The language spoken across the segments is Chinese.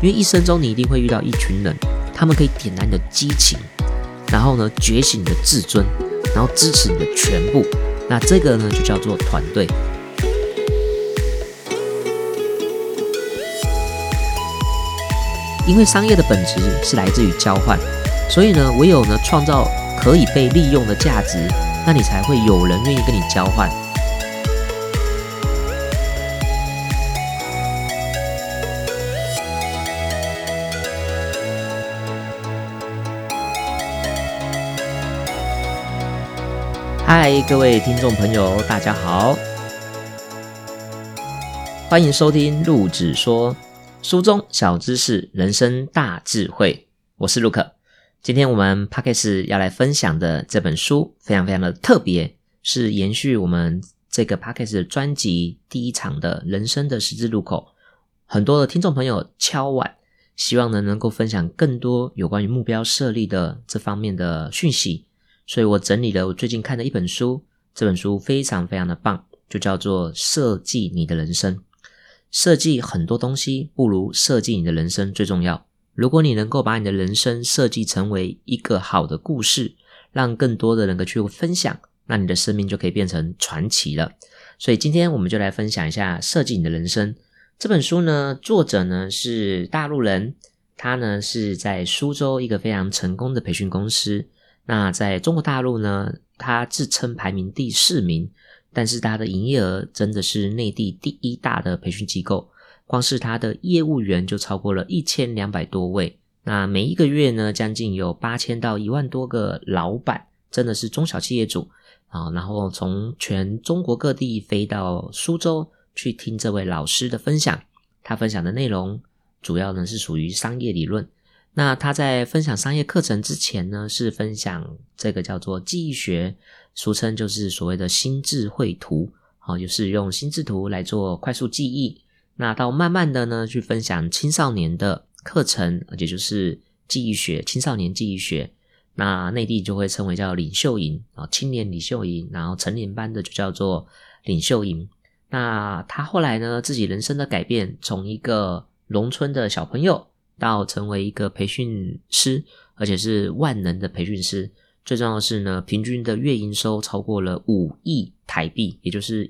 因为一生中你一定会遇到一群人，他们可以点燃你的激情，然后呢觉醒你的自尊，然后支持你的全部。那这个呢就叫做团队。因为商业的本质是来自于交换，所以呢唯有呢创造可以被利用的价值，那你才会有人愿意跟你交换。嗨，各位听众朋友，大家好，欢迎收听陆子说，书中小知识，人生大智慧。我是陆克。今天我们 Podcast 要来分享的这本书非常非常的特别，是延续我们这个 Podcast 的专辑第一场的人生的十字路口。很多的听众朋友敲碗，希望呢能够分享更多有关于目标设立的这方面的讯息，所以我整理了我最近看的一本书，这本书非常非常的棒，就叫做设计你的人生。设计很多东西不如设计你的人生最重要。如果你能够把你的人生设计成为一个好的故事，让更多的人可以去分享，那你的生命就可以变成传奇了。所以今天我们就来分享一下设计你的人生。这本书呢，作者呢是大陆人，他呢是在苏州一个非常成功的培训公司。那在中国大陆呢，他自称排名第4名，但是他的营业额真的是内地第1大的培训机构，光是他的业务员就超过了1200多位。那每一个月呢，将近有8000到1万多个老板，真的是中小企业主然后从全中国各地飞到苏州去听这位老师的分享。他分享的内容主要呢是属于商业理论。那他在分享商业课程之前呢，是分享这个叫做记忆学，俗称就是所谓的心智绘图，就是用心智图来做快速记忆。那到慢慢的呢，去分享青少年的课程，也就是记忆学，青少年记忆学。那内地就会称为叫领袖营，青年领袖营，然后成年班的就叫做领袖营。那他后来呢，自己人生的改变，从一个农村的小朋友到成为一个培训师，而且是万能的培训师。最重要的是呢，平均的月营收超过了5亿台币，也就是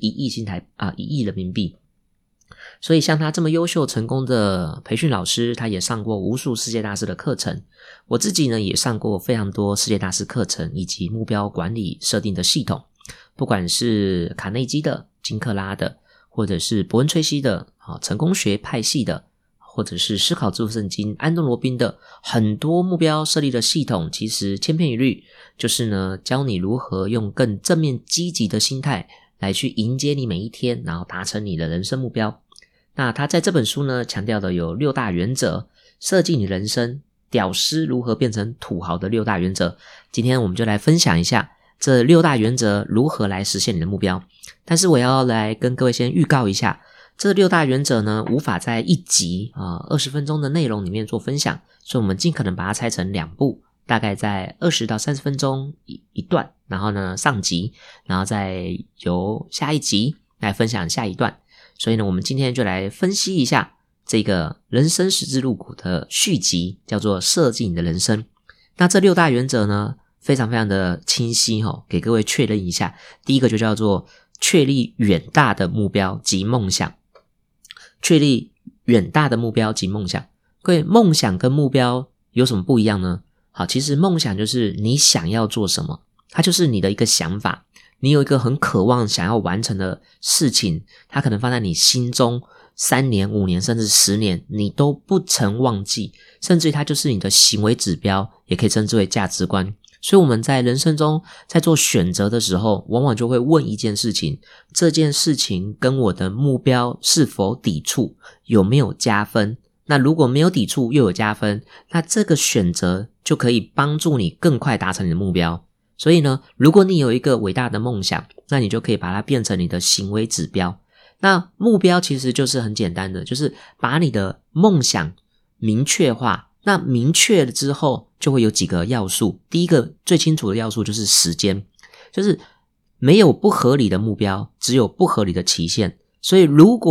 1亿人民币。所以像他这么优秀成功的培训老师，他也上过无数世界大师的课程。我自己呢也上过非常多世界大师课程以及目标管理设定的系统，不管是卡内基的、金克拉的，或者是伯恩崔西的成功学派系的，或者是思考致富圣经安东罗宾的，很多目标设立的系统，其实千篇一律，就是呢教你如何用更正面积极的心态来去迎接你每一天，然后达成你的人生目标。那他在这本书呢强调的有6大原则，设计你人生，屌丝如何变成土豪的6大原则。今天我们就来分享一下这6大原则如何来实现你的目标。但是我要来跟各位先预告一下，这6大原则呢无法在一集20分钟的内容里面做分享，所以我们尽可能把它拆成2部，大概在20到30分钟一段，然后呢上集，然后再由下一集来分享下一段。所以呢我们今天就来分析一下这个人生十字路口的续集，叫做设计你的人生。那这6大原则呢非常非常的清晰给各位确认一下。第一个就叫做确立远大的目标及梦想。确立远大的目标及梦想。各位，梦想跟目标有什么不一样呢？好，其实梦想就是你想要做什么，它就是你的一个想法，你有一个很渴望想要完成的事情，它可能放在你心中3年、5年甚至10年，你都不曾忘记，甚至于它就是你的行为指标，也可以称之为价值观。所以我们在人生中在做选择的时候，往往就会问一件事情，这件事情跟我的目标是否抵触，有没有加分。那如果没有抵触又有加分，那这个选择就可以帮助你更快达成你的目标。所以呢，如果你有一个伟大的梦想，那你就可以把它变成你的行为指标。那目标其实就是很简单的，就是把你的梦想明确化。那明确了之后就会有几个要素，第一个最清楚的要素就是时间，就是没有不合理的目标，只有不合理的期限。所以如果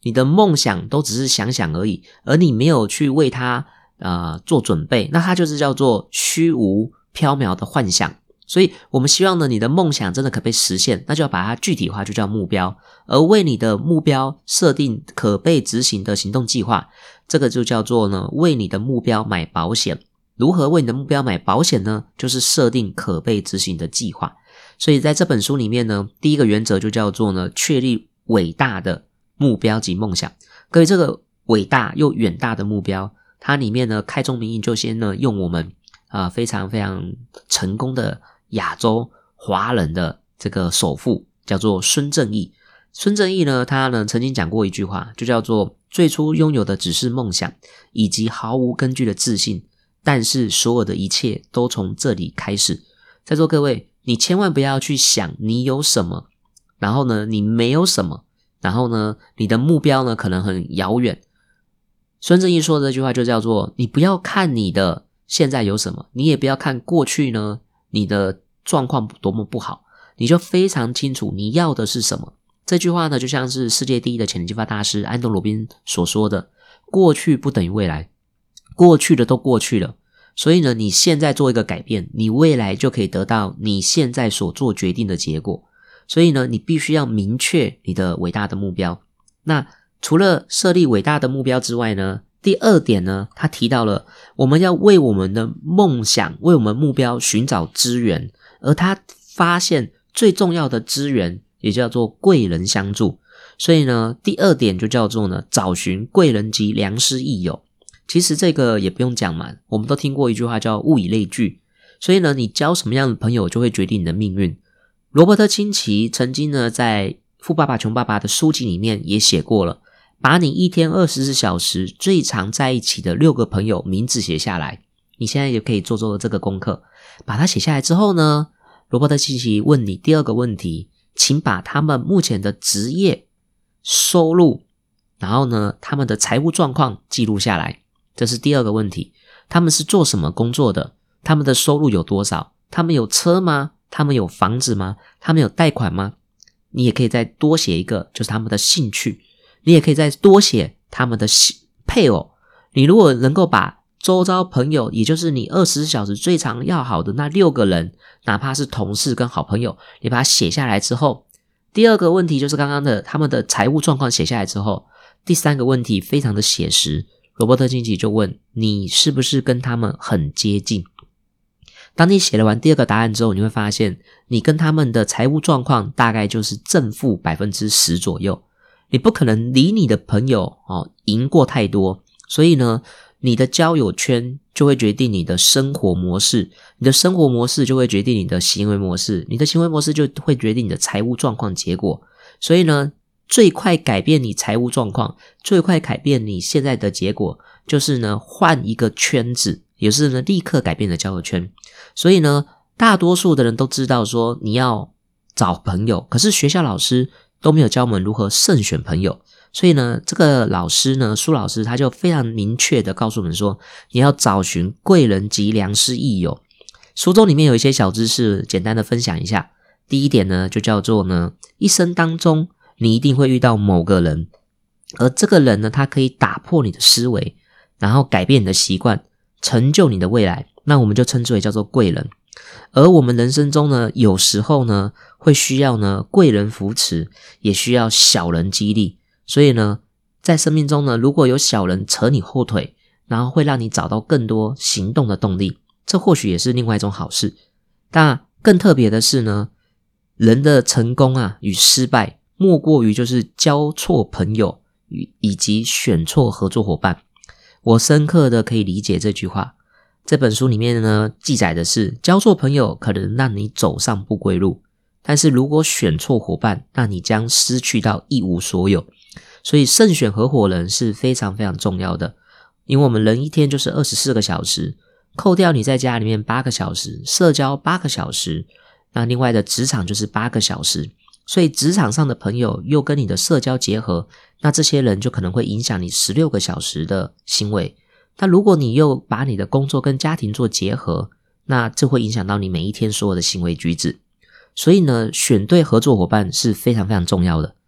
你的梦想都只是想想而已，而你没有去为它做准备，那它就是叫做虚无缥缈的幻想。所以我们希望呢，你的梦想真的可被实现，那就要把它具体化，就叫目标，而为你的目标设定可被执行的行动计划，这个就叫做呢，为你的目标买保险。如何为你的目标买保险呢？就是设定可被执行的计划。所以在这本书里面呢，第一个原则就叫做呢，确立伟大的目标及梦想。各位，这个伟大又远大的目标，它里面呢，开宗明义就先呢，用我们非常非常成功的亚洲华人的这个首富叫做孙正义。孙正义呢，他呢曾经讲过一句话，就叫做最初拥有的只是梦想以及毫无根据的自信，但是所有的一切都从这里开始。在座各位，你千万不要去想你有什么，然后呢你没有什么，然后呢你的目标呢可能很遥远。孙正义说的这句话就叫做，你不要看你的现在有什么，你也不要看过去呢你的状况多么不好，你就非常清楚你要的是什么。这句话呢，就像是世界第一的潜能激发大师安东罗宾所说的，过去不等于未来，过去的都过去了，所以呢，你现在做一个改变，你未来就可以得到你现在所做决定的结果。所以呢，你必须要明确你的伟大的目标。那除了设立伟大的目标之外呢，第二点呢，他提到了我们要为我们的梦想，为我们目标寻找资源，而他发现最重要的资源也叫做贵人相助。所以呢，第二点就叫做呢，找寻贵人及良师益友。其实这个也不用讲嘛，我们都听过一句话叫物以类聚。所以呢，你交什么样的朋友就会决定你的命运。罗伯特清崎曾经呢，在《富爸爸穷爸爸》的书籍里面也写过了，把你一天24小时最常在一起的6个朋友名字写下来。你现在也可以做这个功课，把它写下来之后呢，罗伯特清崎问你第二个问题，请把他们目前的职业、收入，然后呢，他们的财务状况记录下来。这是第二个问题，他们是做什么工作的？他们的收入有多少？他们有车吗？他们有房子吗？他们有贷款吗？你也可以再多写一个，就是他们的兴趣。你也可以再多写他们的配偶。你如果能够把周遭朋友，也就是你24小时最常要好的那6个人，哪怕是同事跟好朋友，你把它写下来之后，第二个问题就是刚刚的他们的财务状况写下来之后，第三个问题非常的写实，罗伯特清崎就问你是不是跟他们很接近。当你写了完第二个答案之后，你会发现你跟他们的财务状况大概就是正负 10% 左右。你不可能离你的朋友赢过太多，所以呢，你的交友圈就会决定你的生活模式，你的生活模式就会决定你的行为模式，你的行为模式就会决定你的财务状况结果。所以呢，最快改变你财务状况，最快改变你现在的结果，就是呢，换一个圈子，也是呢，立刻改变的交友圈。所以呢，大多数的人都知道说你要找朋友，可是学校老师都没有教我们如何慎选朋友。所以呢，这个老师呢，苏老师他就非常明确的告诉我们说，你要找寻贵人及良师益友。书中里面有一些小知识，简单的分享一下。第一点呢，就叫做呢，一生当中你一定会遇到某个人，而这个人呢，他可以打破你的思维，然后改变你的习惯，成就你的未来，那我们就称之为叫做贵人。而我们人生中呢，有时候呢，会需要呢贵人扶持，也需要小人激励。所以呢，在生命中呢，如果有小人扯你后腿，然后会让你找到更多行动的动力，这或许也是另外一种好事。但更特别的是呢，人的成功与失败，莫过于就是交错朋友以及选错合作伙伴。我深刻的可以理解这句话。这本书里面呢，记载的是交错朋友可能让你走上不归路，但是如果选错伙伴，那你将失去到一无所有。所以慎选合伙人是非常非常重要的。因为我们人一天就是24个小时，扣掉你在家里面8个小时，社交8个小时，那另外的职场就是8个小时。所以职场上的朋友又跟你的社交结合，那这些人就可能会影响你16个小时的行为。那如果你又把你的工作跟家庭做结合，那这会影响到你每一天所有的行为举止。所以呢，选对合作伙伴是非常非常重要的。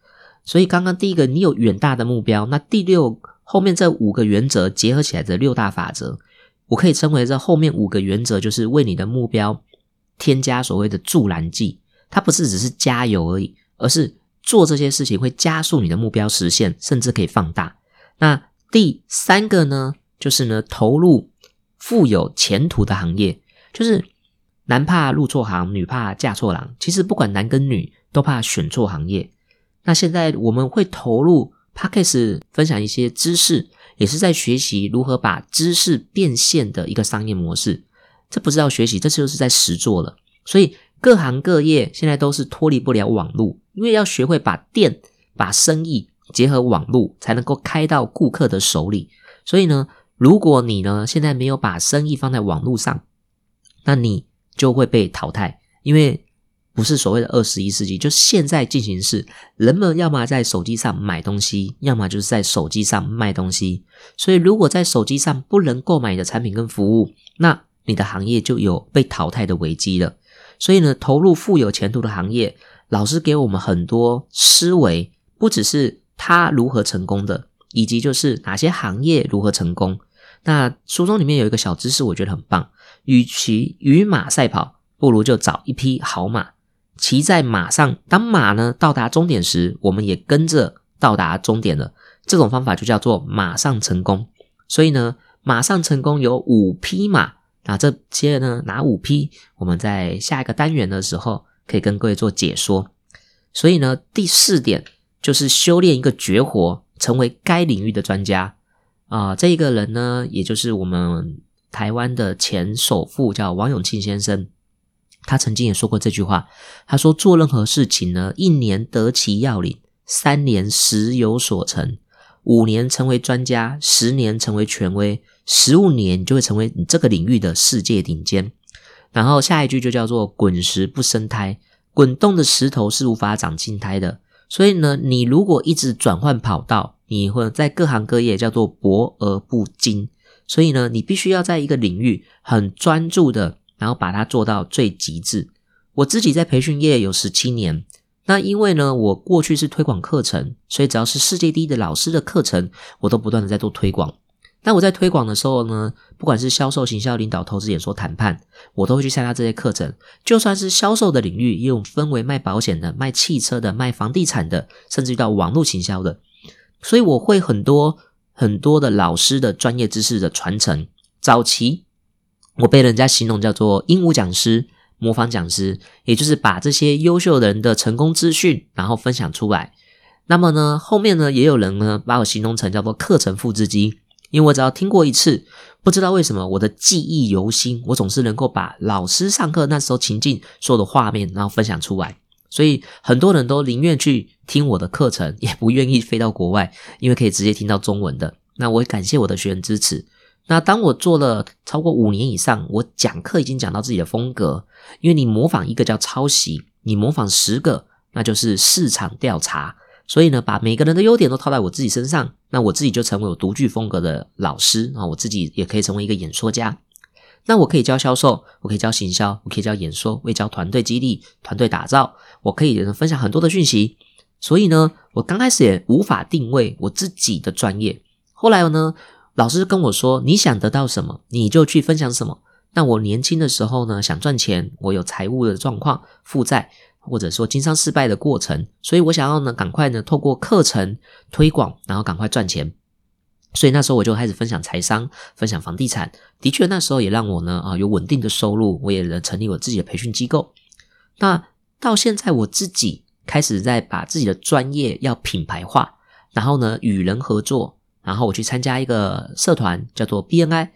所以刚刚第一个你有远大的目标，那第六后面这5个原则结合起来的6大法则，我可以称为这后面5个原则就是为你的目标添加所谓的助燃剂，它不是只是加油而已，而是做这些事情会加速你的目标实现，甚至可以放大。那第3个呢，就是呢投入富有前途的行业，就是男怕入错行，女怕嫁错郎，其实不管男跟女都怕选错行业。那现在我们会投入 Podcast 分享一些知识，也是在学习如何把知识变现的一个商业模式，这不是要学习，这就是在实做了。所以各行各业现在都是脱离不了网络，因为要学会把把生意结合网络，才能够开到顾客的手里。所以呢，如果你呢现在没有把生意放在网络上，那你就会被淘汰，因为不是所谓的21世纪，就现在进行式，人们要么在手机上买东西，要么就是在手机上卖东西。所以如果在手机上不能购买你的产品跟服务，那你的行业就有被淘汰的危机了。所以呢，投入富有前途的行业，老师给我们很多思维，不只是他如何成功的，以及就是哪些行业如何成功。那书中里面有一个小知识我觉得很棒，与其与马赛跑，不如就找一匹好马，骑在马上，当马呢到达终点时，我们也跟着到达终点了。这种方法就叫做马上成功。所以呢，马上成功有5匹马，那这些呢哪5匹，我们在下一个单元的时候可以跟各位做解说。所以呢，第4点就是修炼一个绝活，成为该领域的专家。这一个人呢，也就是我们台湾的前首富，叫王永庆先生。他曾经也说过这句话，他说做任何事情呢，1年得其要领，3年时有所成，5年成为专家，10年成为权威，15年就会成为你这个领域的世界顶尖。然后下一句就叫做滚石不生胎，滚动的石头是无法长青苔的。所以呢，你如果一直转换跑道，你会在各行各业叫做博而不精。所以呢，你必须要在一个领域很专注的，然后把它做到最极致。我自己在培训业有17年，那因为呢我过去是推广课程，所以只要是世界第一的老师的课程，我都不断的在做推广。那我在推广的时候呢，不管是销售、行销、领导、投资、演说、谈判，我都会去参加这些课程。就算是销售的领域，也有分为卖保险的、卖汽车的、卖房地产的，甚至到网络行销的。所以我会很多的老师的专业知识的传承。早期我被人家形容叫做鹦鹉讲师、模仿讲师，也就是把这些优秀人的成功资讯然后分享出来。那么呢，后面呢也有人呢把我形容成叫做课程复制机，因为我只要听过一次，不知道为什么我的记忆犹新，我总是能够把老师上课那时候情境所有的画面然后分享出来。所以很多人都宁愿去听我的课程，也不愿意飞到国外，因为可以直接听到中文的。那我也感谢我的学员支持。那当我做了超过5年以上，我讲课已经讲到自己的风格，因为你模仿一个叫抄袭，你模仿10个那就是市场调查。所以呢，把每个人的优点都套在我自己身上，那我自己就成为有独具风格的老师，我自己也可以成为一个演说家。那我可以教销售，我可以教行销，我可以教演说，我可以教团队激励、团队打造，我可以分享很多的讯息。所以呢，我刚开始也无法定位我自己的专业。后来呢，老师跟我说，你想得到什么，你就去分享什么。那我年轻的时候呢，想赚钱，我有财务的状况、负债，或者说经商失败的过程，所以我想要呢，赶快呢，透过课程推广，然后赶快赚钱。所以那时候我就开始分享财商，分享房地产。的确那时候也让我呢有稳定的收入，我也能成立我自己的培训机构。那到现在我自己开始在把自己的专业要品牌化，然后呢与人合作，然后我去参加一个社团叫做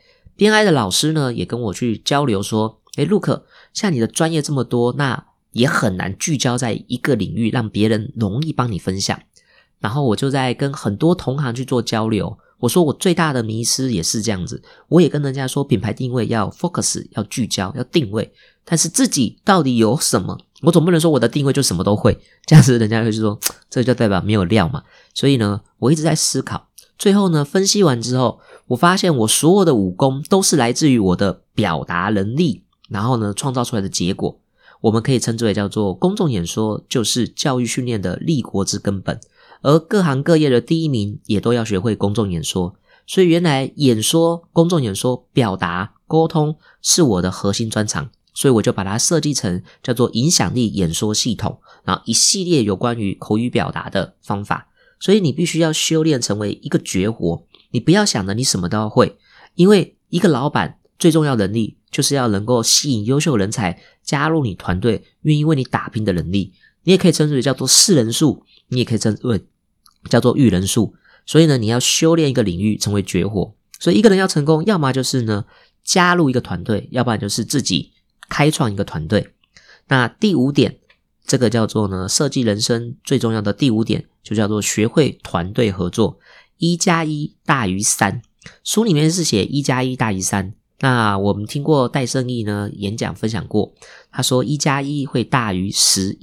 BNI 的老师呢也跟我去交流说Luke， 像你的专业这么多，那也很难聚焦在一个领域让别人容易帮你分享。然后我就在跟很多同行去做交流，我说我最大的迷思也是这样子，我也跟人家说品牌定位要 focus， 要聚焦，要定位，但是自己到底有什么，我总不能说我的定位就什么都会，这样子人家会说这就代表没有料嘛。所以呢我一直在思考，最后呢分析完之后，我发现我所有的武功都是来自于我的表达能力，然后呢创造出来的结果。我们可以称之为叫做公众演说就是教育训练的立国之根本， 而各行各业的第一名也都要学会公众演说。所以原来演说、公众演说、表达、沟通是我的核心专长，所以我就把它设计成叫做影响力演说系统，然后一系列有关于口语表达的方法。所以你必须要修炼成为一个绝活，你不要想着你什么都要会，因为一个老板最重要的能力就是要能够吸引优秀人才加入你团队，愿意为你打拼的能力。你也可以称之为叫做识人术，你也可以称之为叫做育人术。所以呢，你要修炼一个领域成为绝活。所以一个人要成功，要么就是呢加入一个团队，要不然就是自己开创一个团队。那第5点，这个叫做呢设计人生最重要的第5点，就叫做学会团队合作，1+1大于3。书里面是写1+1大于3，那我们听过戴胜益呢演讲分享过，他说1+1会大于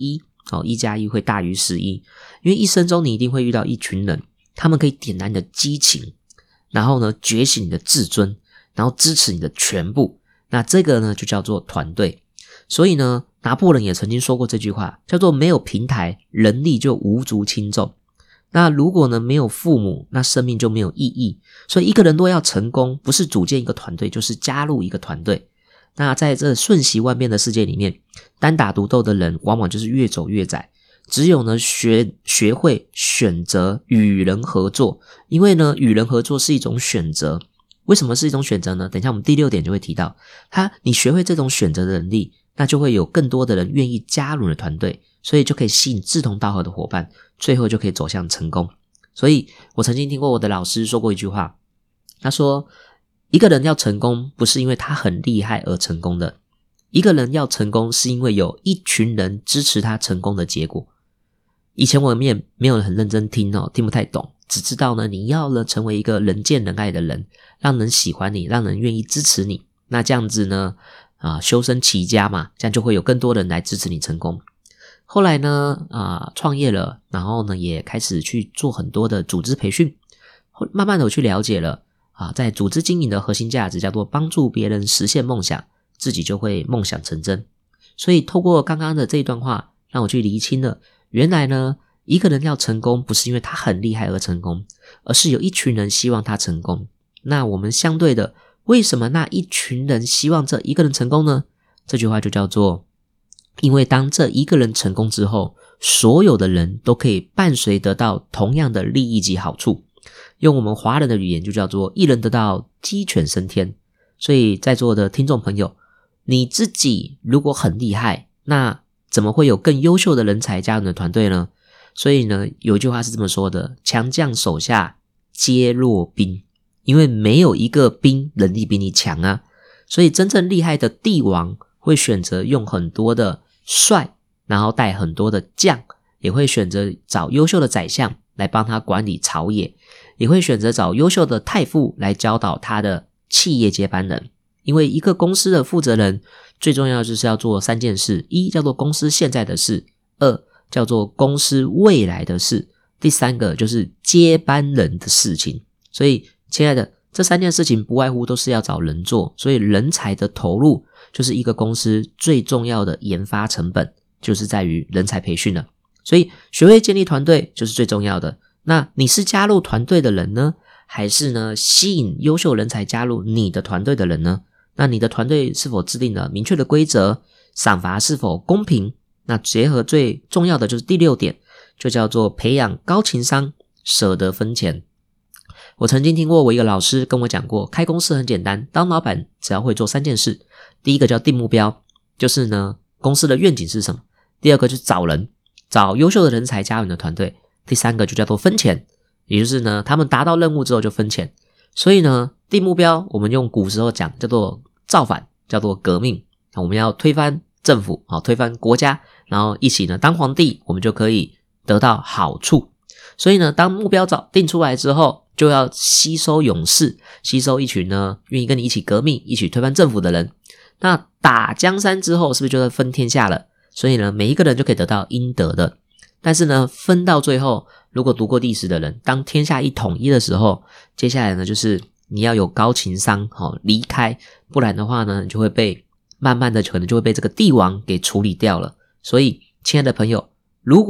11，1+1会大于11，因为一生中你一定会遇到一群人，他们可以点燃你的激情，然后呢觉醒你的自尊，然后支持你的全部，那这个呢就叫做团队。所以呢拿破仑也曾经说过这句话，叫做没有平台，人力就无足轻重。那如果呢没有父母，那生命就没有意义。所以一个人若要成功，不是组建一个团队，就是加入一个团队。那在这瞬息万变的世界里面，单打独斗的人往往就是越走越窄。只有呢学会选择与人合作，因为呢与人合作是一种选择。为什么是一种选择呢？等一下我们第6点就会提到，你学会这种选择的能力，那就会有更多的人愿意加入你的团队，所以就可以吸引志同道合的伙伴，最后就可以走向成功。所以我曾经听过我的老师说过一句话，他说一个人要成功，不是因为他很厉害而成功的，一个人要成功是因为有一群人支持他成功的结果。以前我没有很认真听听不太懂，只知道呢你要呢成为一个人见人爱的人，让人喜欢你，让人愿意支持你，那这样子呢修身齐家嘛，这样就会有更多人来支持你成功。后来呢创业了，然后呢也开始去做很多的组织培训，慢慢的我去了解了在组织经营的核心价值叫做帮助别人实现梦想，自己就会梦想成真。所以透过刚刚的这一段话，让我去厘清了原来呢一个人要成功，不是因为他很厉害而成功，而是有一群人希望他成功。那我们相对的，为什么那一群人希望这一个人成功呢？这句话就叫做，因为当这一个人成功之后，所有的人都可以伴随得到同样的利益及好处。用我们华人的语言就叫做一人得道鸡犬升天。所以在座的听众朋友，你自己如果很厉害，那怎么会有更优秀的人才加入你的团队呢？所以呢有一句话是这么说的，强将手下皆弱兵，因为没有一个兵能力比你强啊。所以真正厉害的帝王会选择用很多的帅，然后带很多的将，也会选择找优秀的宰相来帮他管理朝野，也会选择找优秀的太傅来教导他的企业接班人。因为一个公司的负责人最重要的就是要做3件事，一叫做公司现在的事，二叫做公司未来的事，第3个就是接班人的事情。所以亲爱的，这3件事情不外乎都是要找人做，所以人才的投入就是一个公司最重要的研发成本，就是在于人才培训了。所以学会建立团队就是最重要的。那你是加入团队的人呢，还是呢吸引优秀人才加入你的团队的人呢？那你的团队是否制定了明确的规则，赏罚是否公平？那结合最重要的就是第6点，就叫做培养高情商，舍得分钱。我曾经听过我一个老师跟我讲过，开公司很简单，当老板只要会做3件事。第一个叫定目标，就是呢公司的愿景是什么。第二个就是找人，找优秀的人才加入你的团队。第3个就叫做分钱，也就是呢他们达到任务之后就分钱。所以呢定目标我们用古时候讲叫做造反，叫做革命，我们要推翻政府，推翻国家，然后一起呢当皇帝，我们就可以得到好处。所以呢当目标定出来之后，就要吸收勇士，吸收一群呢愿意跟你一起革命，一起推翻政府的人。那打江山之后是不是就会分天下了？所以呢每一个人就可以得到应得的。但是呢分到最后，如果读过历史的人，当天下一统一的时候，接下来呢就是你要有高情商离开，不然的话呢你就会被慢慢的可能就会被这个帝王给处理掉了。所以亲爱的朋友，如果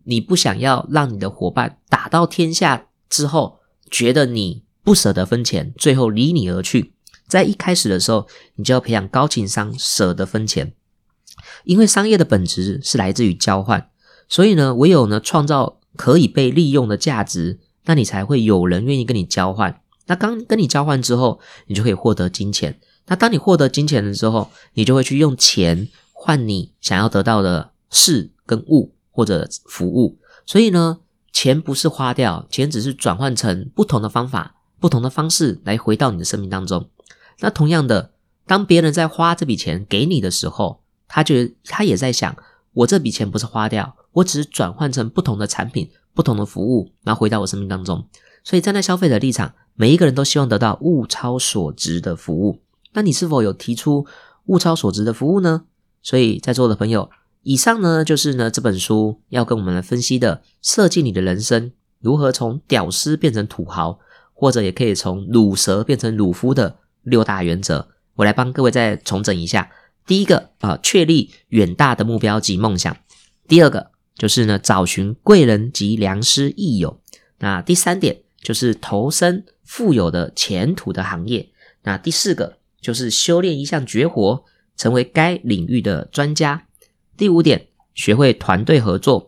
你不想要让你的伙伴打到天下之后，觉得你不舍得分钱，最后离你而去。在一开始的时候，你就要培养高情商，舍得分钱。因为商业的本质是来自于交换，所以呢，唯有呢创造可以被利用的价值，那你才会有人愿意跟你交换。那刚跟你交换之后，你就可以获得金钱。那当你获得金钱了之后，你就会去用钱换你想要得到的事跟物或者服务。所以呢，钱不是花掉，钱只是转换成不同的方法、不同的方式来回到你的生命当中。那同样的，当别人在花这笔钱给你的时候，他也在想，我这笔钱不是花掉，我只是转换成不同的产品、不同的服务，然后回到我生命当中。所以站在消费者立场，每一个人都希望得到物超所值的服务。那你是否有提出物超所值的服务呢？所以在座的朋友，以上呢就是呢这本书要跟我们来分析的，设计你的人生，如何从屌丝变成土豪，或者也可以从乳蛇变成乳夫的6大原则。我来帮各位再重整一下。第一个确立远大的目标及梦想。第二个就是呢找寻贵人及良师益友。那第三点就是投身富有的前途的行业。那第四个就是修炼一项绝活，成为该领域的专家。第五点，学会团队合作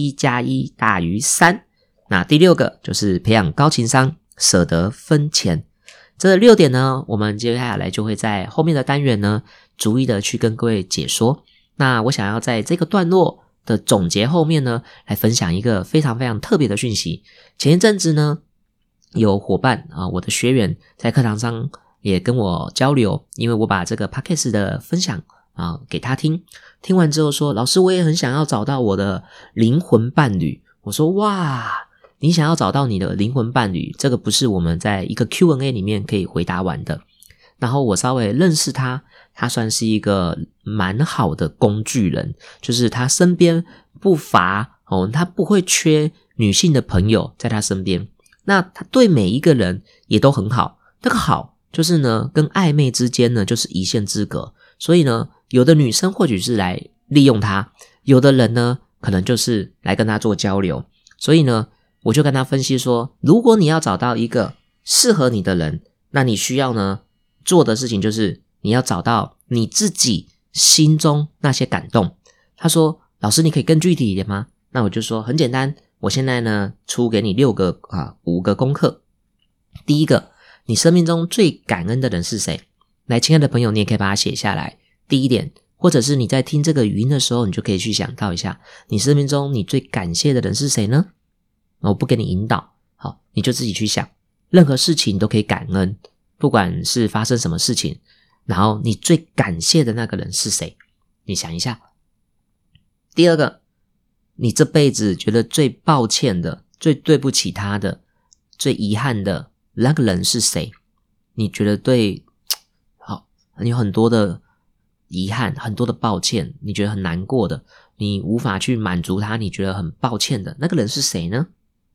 ，1+1大于3。那第六个就是培养高情商，舍得分钱。这6点呢，我们接下来就会在后面的单元呢逐一的去跟各位解说。那我想要在这个段落的总结后面呢，来分享一个非常非常特别的讯息。前一阵子呢，有伙伴我的学员在课堂上也跟我交流，因为我把这个 Podcast 的分享给他听，听完之后说，老师我也很想要找到我的灵魂伴侣。我说哇，你想要找到你的灵魂伴侣，这个不是我们在一个 Q&A 里面可以回答完的。然后我稍微认识他，他算是一个蛮好的工具人，就是他身边不乏他不会缺女性的朋友在他身边。那他对每一个人也都很好，那个好就是呢跟暧昧之间呢就是一线之隔。所以呢，有的女生或许是来利用他，有的人呢可能就是来跟他做交流。所以呢，我就跟他分析说，如果你要找到一个适合你的人，那你需要呢做的事情就是你要找到你自己心中那些感动。他说，老师你可以更具体一点吗？那我就说很简单，我现在呢出给你5个功课。第一个，你生命中最感恩的人是谁？来，亲爱的朋友，你也可以把它写下来。第一点，或者是你在听这个语音的时候，你就可以去想到一下，你生命中你最感谢的人是谁呢？我不给你引导，好，你就自己去想，任何事情你都可以感恩，不管是发生什么事情，然后你最感谢的那个人是谁？你想一下。第二个，你这辈子觉得最抱歉的、最对不起他的、最遗憾的那个人是谁？你觉得你有很多的遗憾，很多的抱歉，你觉得很难过的，你无法去满足他，你觉得很抱歉的那个人是谁呢？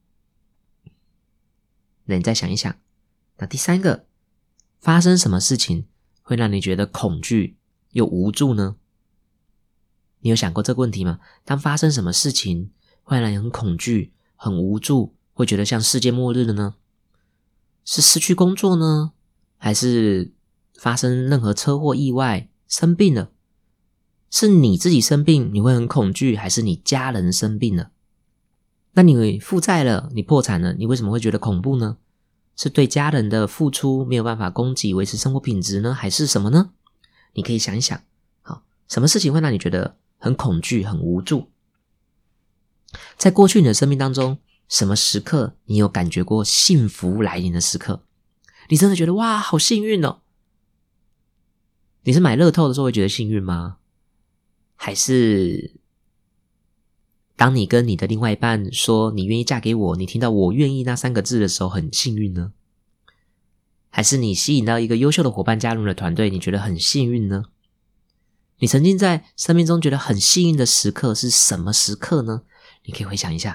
那你再想一想。那第三个，发生什么事情会让你觉得恐惧又无助呢？你有想过这个问题吗？当发生什么事情会让你很恐惧、很无助，会觉得像世界末日的呢？是失去工作呢？还是发生任何车祸意外生病了？是你自己生病你会很恐惧，还是你家人生病了？那你负债了，你破产了，你为什么会觉得恐怖呢？是对家人的付出没有办法供给维持生活品质呢，还是什么呢？你可以想一想，好，什么事情会让你觉得很恐惧、很无助？在过去你的生命当中，什么时刻你有感觉过幸福来临的时刻？你真的觉得哇，好幸运哦！你是买乐透的时候会觉得幸运吗？还是当你跟你的另外一半说你愿意嫁给我，你听到我愿意那3个字的时候很幸运呢？还是你吸引到一个优秀的伙伴加入你的团队，你觉得很幸运呢？你曾经在生命中觉得很幸运的时刻是什么时刻呢？你可以回想一下。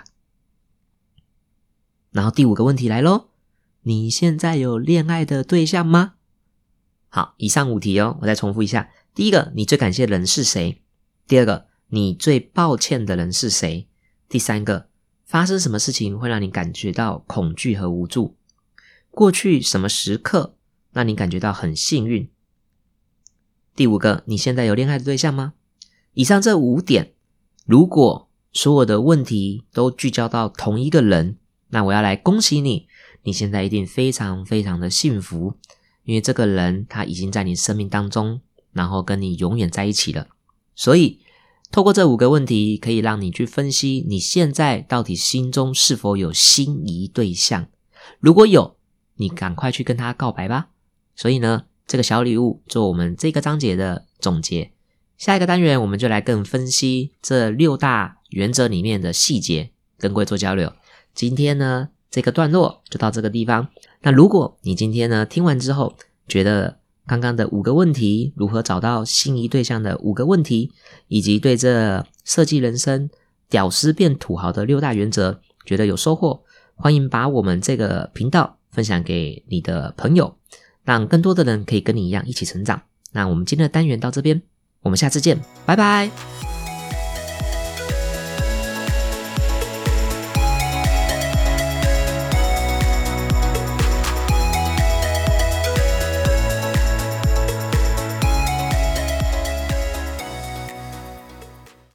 然后第5个问题来咯，你现在有恋爱的对象吗？好，以上5题我再重复一下。第一个，你最感谢的人是谁？第二个，你最抱歉的人是谁？ 第3个，发生什么事情会让你感觉到恐惧和无助？过去什么时刻让你感觉到很幸运？第5个，你现在有恋爱的对象吗？以上这5点，如果所有的问题都聚焦到同一个人，那我要来恭喜你，你现在一定非常非常的幸福，因为这个人他已经在你生命当中，然后跟你永远在一起了。所以透过这5个问题，可以让你去分析你现在到底心中是否有心仪对象，如果有，你赶快去跟他告白吧。所以呢，这个小礼物做我们这个章节的总结。下一个单元我们就来更分析这6大原则里面的细节，跟各位做交流。今天呢，这个段落就到这个地方。那如果你今天呢听完之后，觉得刚刚的5个问题，如何找到心仪对象的5个问题，以及对这设计人生屌丝变土豪的6大原则觉得有收获，欢迎把我们这个频道分享给你的朋友，让更多的人可以跟你一样一起成长。那我们今天的单元到这边，我们下次见，拜拜。